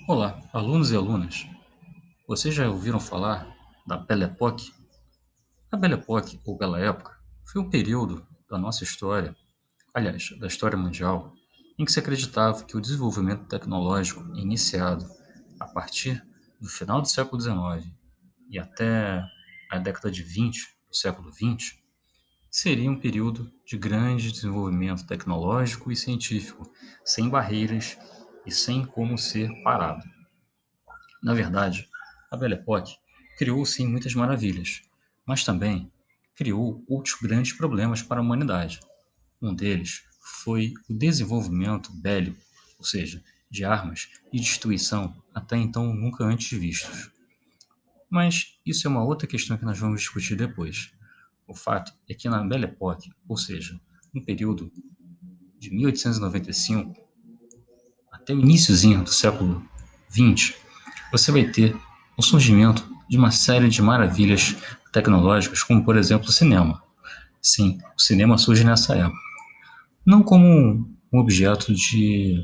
Olá, alunos e alunas. Vocês já ouviram falar da Belle Époque? A Belle Époque, ou Bela Época, foi um período da nossa história, aliás, da história mundial, em que se acreditava que o desenvolvimento tecnológico iniciado a partir do final do século XIX e até a década de 20 do século XX seria um período de grande desenvolvimento tecnológico e científico, sem barreiras e sem como ser parado. Na verdade, a Belle Époque criou sim muitas maravilhas, mas também criou outros grandes problemas para a humanidade. Um deles foi o desenvolvimento bélico, ou seja, de armas e destruição até então nunca antes vistos. Mas isso é uma outra questão que nós vamos discutir depois. O fato é que na Belle Époque, ou seja, no período de 1895 até o iníciozinho do século XX, você vai ter o surgimento de uma série de maravilhas tecnológicas, como por exemplo o cinema. Sim, o cinema surge nessa época. Não como um objeto de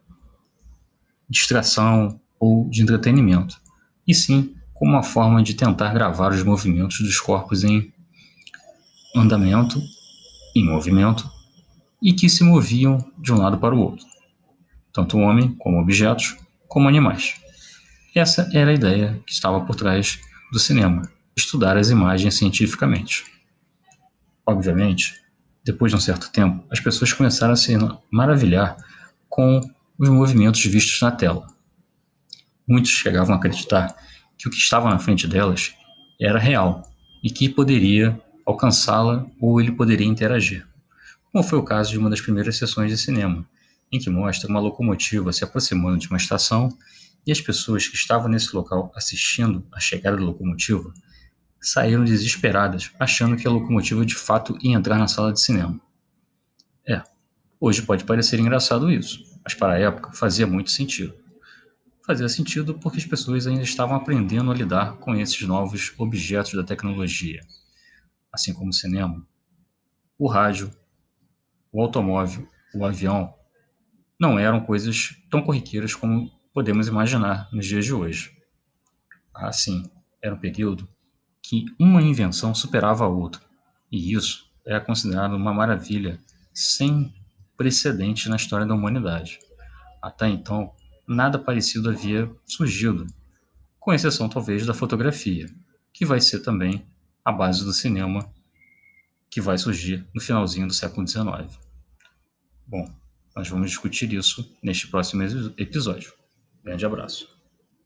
distração ou de entretenimento, e sim como uma forma de tentar gravar os movimentos dos corpos em andamento, em movimento, e que se moviam de um lado para o outro, tanto o homem como objetos, como animais. Essa era a ideia que estava por trás do cinema, estudar as imagens cientificamente. Obviamente, depois de um certo tempo, as pessoas começaram a se maravilhar com os movimentos vistos na tela. Muitos chegavam a acreditar que o que estava na frente delas era real e que poderia alcançá-la ou ele poderia interagir, como foi o caso de uma das primeiras sessões de cinema, em que mostra uma locomotiva se aproximando de uma estação e as pessoas que estavam nesse local assistindo a chegada da locomotiva saíram desesperadas, achando que a locomotiva de fato ia entrar na sala de cinema. É, hoje pode parecer engraçado isso, mas para a época fazia muito sentido. Fazia sentido porque as pessoas ainda estavam aprendendo a lidar com esses novos objetos da tecnologia, assim como o cinema, o rádio, o automóvel, o avião, não eram coisas tão corriqueiras como podemos imaginar nos dias de hoje. Assim, era um período que uma invenção superava a outra, e isso é considerado uma maravilha sem precedente na história da humanidade. Até então, nada parecido havia surgido, com exceção talvez da fotografia, que vai ser também a base do cinema que vai surgir no finalzinho do século XIX. Bom, nós vamos discutir isso neste próximo episódio. Grande abraço.